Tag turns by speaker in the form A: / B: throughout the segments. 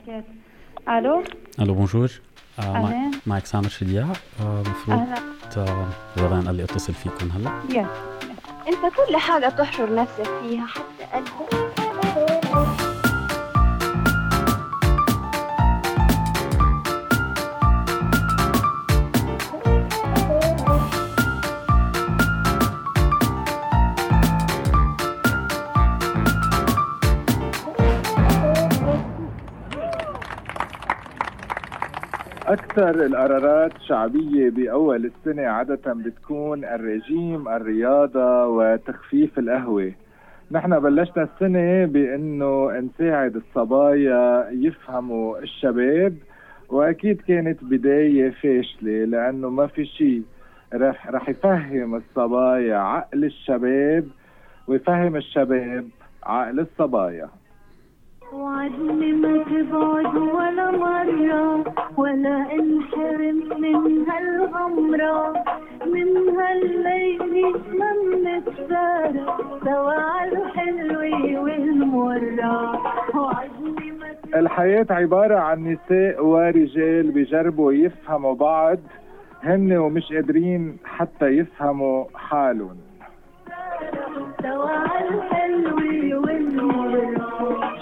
A: وبركاته. الو
B: بونجور.
A: أهلين.
B: معك سامر شدياع. مفروض زبان قال لي اتصل فيكم هلا.
A: يس
C: انت كل حاجة تحشر نفسك فيها حتى قلبك.
D: أكثر القرارات شعبية بأول السنة عادة بتكون الرجيم، الرياضة، وتخفيف القهوة. نحن بلشنا السنة بأنه نساعد الصبايا يفهموا الشباب، وأكيد كانت بداية فاشلة لأنه ما في شيء رح يفهم الصبايا عقل الشباب ويفهم الشباب عقل الصبايا.
E: وعدني ما تبعد ولا مرة ولا انحرم من هالغمرة، من هالليل ما منتفارق سوا عالحلوة والمرة. وعدني ما
D: الحياة عبارة عن نساء ورجال بيجربوا يفهموا بعض هن ومش قادرين حتى يفهموا حالهم.
E: سوا عالحلوة والمرة.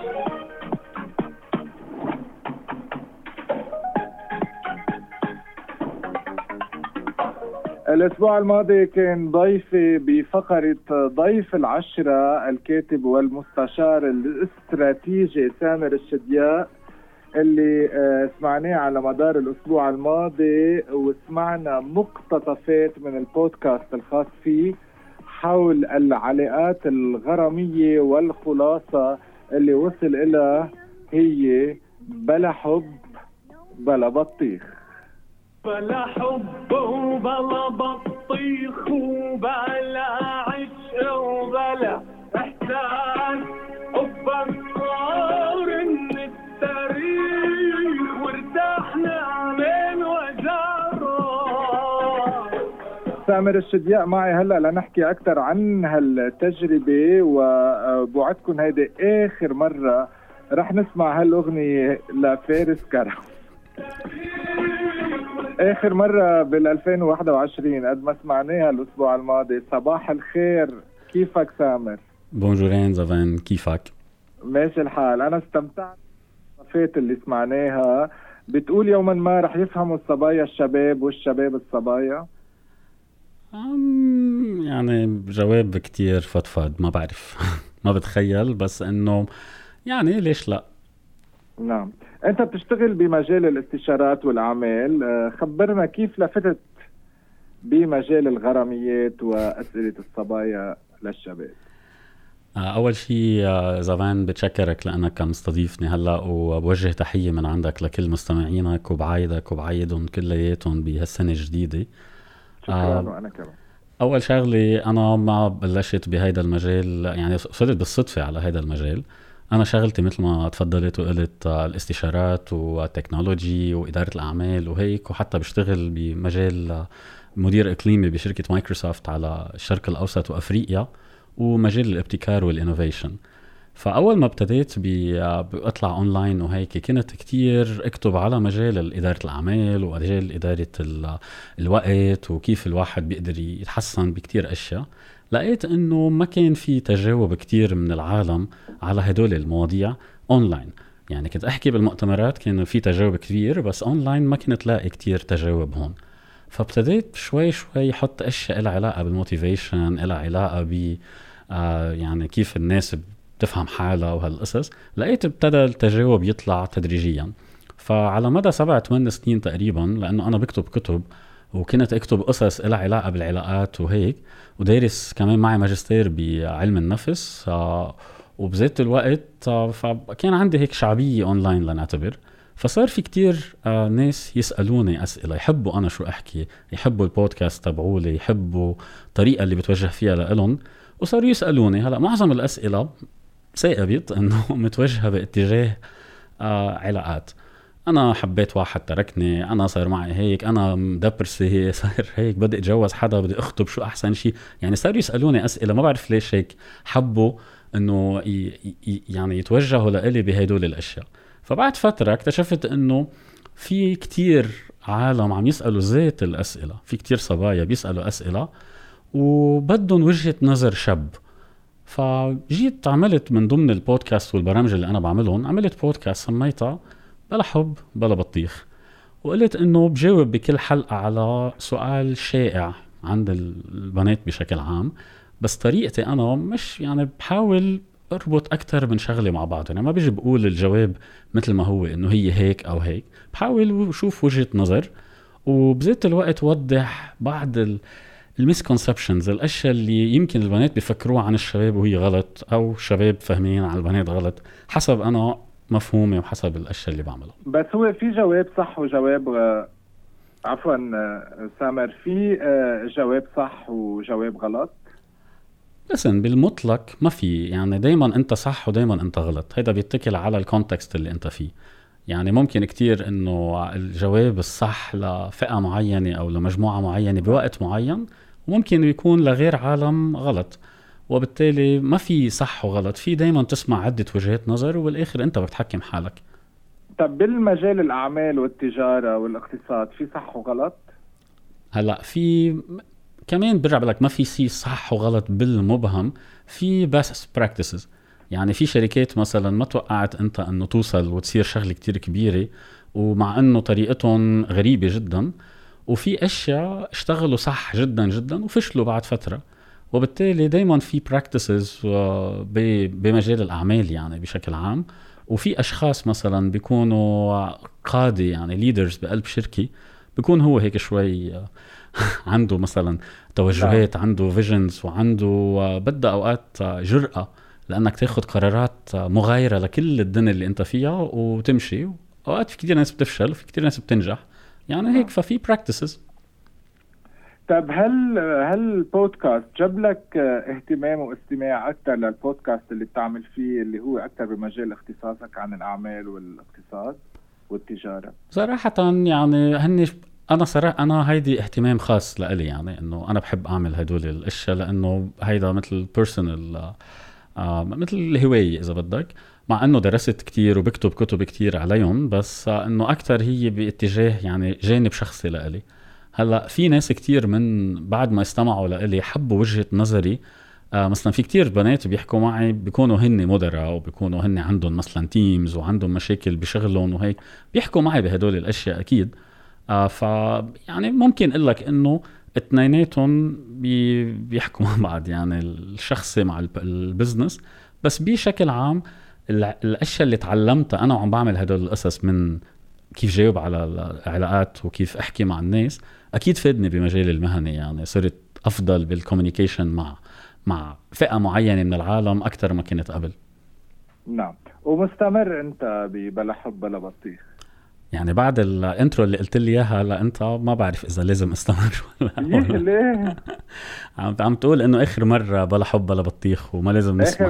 D: الأسبوع الماضي كان ضيفي بفقرة ضيف العشرة الكاتب والمستشار الاستراتيجي سامر الشدياء، اللي سمعناه على مدار الأسبوع الماضي، وسمعنا مقتطفات من البودكاست الخاص فيه حول العلاقات الغرامية، والخلاصة اللي وصل إلى هي بلا حب بلا بطيخ.
F: بلا حب وبلا بطيخ وبلا عشق وبلا احساس، وبنصار من التاريخ وارتحنا من وجاره.
D: سامر الشدياء معي هلا لنحكي اكثر عن هالتجربه، وبوعدكم هيدي اخر مره رح نسمع هالاغنيه لفارس كرم. آخر مرة بال2021 قد ما سمعناها الأسبوع الماضي. صباح الخير، كيفك سامر؟
B: بونجورين زفان، كيفك؟
D: ماشي الحال. أنا استمتعت بالصفات اللي سمعناها. بتقول يوما ما رح يفهموا الصبايا الشباب والشباب الصبايا؟
B: يعني جواب كتير فضفاض، ما بعرف ما بتخيل، بس إنه يعني ليش لا.
D: نعم. أنت بتشتغل بمجال الاستشارات والأعمال، خبرنا كيف لفتت بمجال الغراميات وأسئلة الصبايا للشباب.
B: أول شيء زمان بتشكرك لأنك مستضيفني هلأ، وبوجه تحية من عندك لكل مستمعينك وبعايدك وبعايدهم كلياتهم بهالسنة الجديدة.
D: شكرا. وأنا كمان.
B: أول شغلة، أنا ما بلشت بهيدا المجال، يعني صرت بالصدفة على هيدا المجال. أنا شغلتي مثل ما تفضلت وقلت الاستشارات والتكنولوجي وإدارة الأعمال وهيك، وحتى بشتغل بمجال مدير إقليمي بشركة مايكروسوفت على الشرق الأوسط وأفريقيا، ومجال الابتكار والإنوفيشن. فأول ما ابتديت بأطلع أونلاين وهيك، كنت كتير أكتب على مجال إدارة الأعمال ومجال إدارة الوقت وكيف الواحد بيقدر يتحسن بكتير أشياء. لقيت إنه ما كان في تجاوب كتير من العالم على هدول المواضيع أونلاين. يعني كنت أحكي بالمؤتمرات كان في تجاوب كتير، بس أونلاين ما كنت لاقي كتير تجاوب هون. فابتديت شوي شوي حط أشياء لها علاقة بالموتيفيشن، لها علاقة ب يعني كيف الناس بتفهم حالها وهالقصص. لقيت ابتدى التجاوب يطلع تدريجيا. فعلى مدى 7-8 سنين تقريبا، لأنه أنا بكتب كتب وكنت أكتب قصص لها علاقة بالعلاقات وهيك، ودارس كمان معي ماجستير بعلم النفس، وبذات الوقت فكان عندي هيك شعبية أونلاين لنعتبر. فصار في كتير ناس يسألوني أسئلة، يحبوا أنا شو أحكي، يحبوا البودكاست تبعولي، يحبوا الطريقة اللي بتوجه فيها لإلهم، وصاروا يسألوني. هلأ معظم الأسئلة ثابت أنه متوجهة باتجاه علاقات. أنا حبيت واحد تركني، أنا صار معي هيك، أنا مدبرسي، صار هيك، بدي أتجوز حدا، بدي أخطب، شو أحسن شيء. يعني صاروا يسألوني أسئلة، ما بعرف ليش هيك حبوا أنه يعني يتوجهوا لإلي بهدول الأشياء. فبعد فترة اكتشفت انه في كتير عالم عم يسألوا ذات الأسئلة، في كتير صبايا بيسألوا أسئلة وبدهم وجهة نظر شاب. فجيت عملت من ضمن البودكاست والبرامج اللي أنا بعملهم، عملت بودكاست سميتها بلا حب بلا بطيخ، وقلت إنه بجاوب بكل حلقة على سؤال شائع عند البنات بشكل عام، بس طريقتي أنا مش يعني بحاول اربط اكثر من شغله مع بعض. يعني ما بيجي بقول الجواب مثل ما هو انه هي هيك او هيك، بحاول اشوف وجهه نظر وبذات الوقت وضح بعض الميسكونسبشنز، الاشياء اللي يمكن البنات بيفكروها عن الشباب وهي غلط، او الشباب فاهمين عن البنات غلط، حسب انا مفهومي وحسب الاشياء اللي بعملها.
D: بس هو في جواب صح وجواب عفوا سامر، في جواب صح وجواب غلط؟
B: لسن بالمطلق ما في، يعني دايما انت صح ودايما انت غلط، هيدا بيتكل على الكونتكست اللي انت فيه. يعني ممكن كتير انه الجواب الصح لفئة معينة او لمجموعة معينة بوقت معين، وممكن يكون لغير عالم غلط، وبالتالي ما في صح وغلط، في دايما تسمع عدة وجهات نظر وبالاخر انت بتحكم حالك.
D: طب بالمجال الاعمال والتجارة والاقتصاد في صح وغلط؟
B: هلا في كمان برجع بقولك ما في شيء صح وغلط بالمبهم، في best practices. يعني في شركات مثلا ما توقعت انت انه توصل وتصير شغله كتير كبيره، ومع انه طريقتهم غريبه جدا، وفي اشياء اشتغلوا صح جدا جدا وفشلوا بعد فتره. وبالتالي دايما في practices بمجال الاعمال يعني بشكل عام. وفي اشخاص مثلا بيكونوا قاده يعني leaders بقلب شركه، بيكون هو هيك شوي عنده مثلا توجهات، عنده فيجنز، وعنده بدأ أوقات جرأة لأنك تاخد قرارات مغايرة لكل الدنيا اللي أنت فيها وتمشي. أوقات في كتير ناس بتفشل وفي كتير ناس بتنجح يعني هيك، ففي براكتسز.
D: طب هل البودكاست جاب لك اهتمام واستماع أكثر للبودكاست اللي بتعمل فيه اللي هو أكثر بمجال اختصاصك عن الأعمال والاقتصاد والتجارة؟
B: صراحة يعني أنا صراحة أنا هيدي اهتمام خاص لإلي، يعني إنه أنا بحب أعمل هدول الأشياء لأنه هيدا مثل personal مثل الهواية إذا بدك، مع إنه درست كتير وبكتب كتب كتير عليهم، بس إنه أكتر هي باتجاه يعني جانب شخصي لإلي. هلأ في ناس كتير من بعد ما استمعوا لإلي حبوا وجهة نظري. مثلا في كتير بنات بيحكوا معي بيكونوا هن مدراء وبيكونوا هن عندهم مثلا تيمز وعندهم مشاكل بشغلهم وهيك، بيحكوا معي بهدول الأشياء أكيد. يعني ممكن اقول لك انه اثنيناتهم بيحكوا مع بعض، يعني الشخصي مع البزنس. بس بشكل عام الاشياء اللي تعلمتها انا وعم بعمل هدول القصص، من كيف جاوب على العلاقات وكيف احكي مع الناس، اكيد فادني بمجال المهني. يعني صرت افضل بالكوميونيكيشن مع فئة معينة من العالم اكثر ما كنت قبل.
D: نعم. ومستمر انت بلا حب بلا بطيخ؟
B: يعني بعد الانترو اللي قلت لي اياها لانت ما بعرف اذا لازم استمر ولا
D: ليه؟
B: عم تقول انه اخر مره بلا حب بلا بطيخ وما لازم نسمع.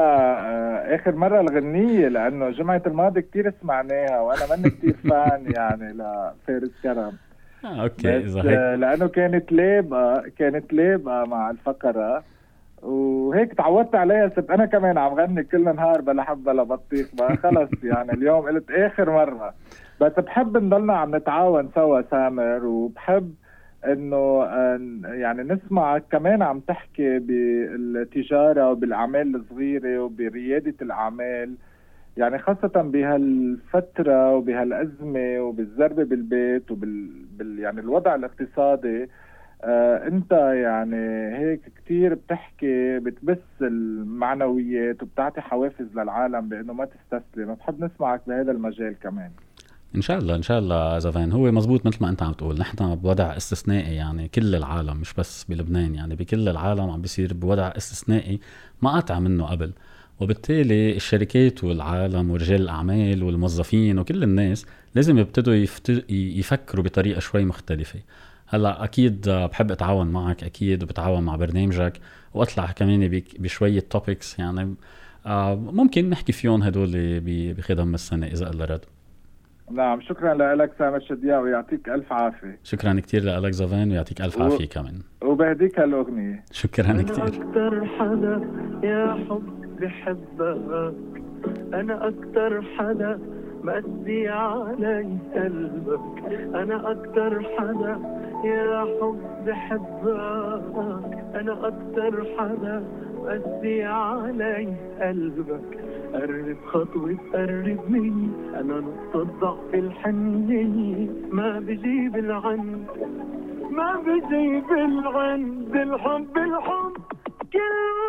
D: اخر مره الغنيه، لانه جمعه الماضي كتير سمعناها وانا ماني كتير فان يعني لفارس كرم.
B: اوكي اذا هيك،
D: لانه كانت لابقه مع الفقره وهيك تعودت عليها، صرت انا كمان عم غني كل نهار بلا حب بلا بطيخ. خلص يعني اليوم قلت اخر مره. بس بحب نضلنا عم نتعاون سوا سامر، وبحب انه يعني نسمعك كمان عم تحكي بالتجارة وبالاعمال الصغيرة وبريادة الاعمال، يعني خاصة بهالفترة وبهالازمة وبالزربة بالبيت يعني الوضع الاقتصادي. انت يعني هيك كتير بتحكي، بتبث المعنويات وبتعطي حوافز للعالم بانه ما تستسلم. بحب نسمعك بهذا المجال كمان.
B: ان شاء الله زفان. هو مزبوط مثل ما انت عم تقول، نحن بوضع استثنائي، يعني كل العالم مش بس بلبنان، يعني بكل العالم عم بيصير بوضع استثنائي ما قطع منه قبل. وبالتالي الشركات والعالم ورجال الاعمال والموظفين وكل الناس لازم يبتدوا يفكروا بطريقة شوي مختلفة. هلا اكيد بحب اتعاون معك اكيد، وبتعاون مع برنامجك واطلع كمان بشوية توبكس يعني ممكن نحكي فيهم هدول بخدم السنة اذا الله رد.
D: نعم. شكرا لك سامر شدياء ويعطيك ألف عافية.
B: شكرا كتير لك زفان ويعطيك ألف عافية كمان.
D: وبهديك هالأغنية.
B: شكرا كتير.
F: أنا أكتر حدا يا حب بحبك، أنا أكتر حدا مأسي علي قلبك. أنا أكتر حدا يا حب بحبك، أنا أكتر حدا مأسي علي قلبك. قرب خطوة قرب مني، أنا نقطة ضعف الحنية، ما بجيب العند ما بجيب العند. الحب الحب كل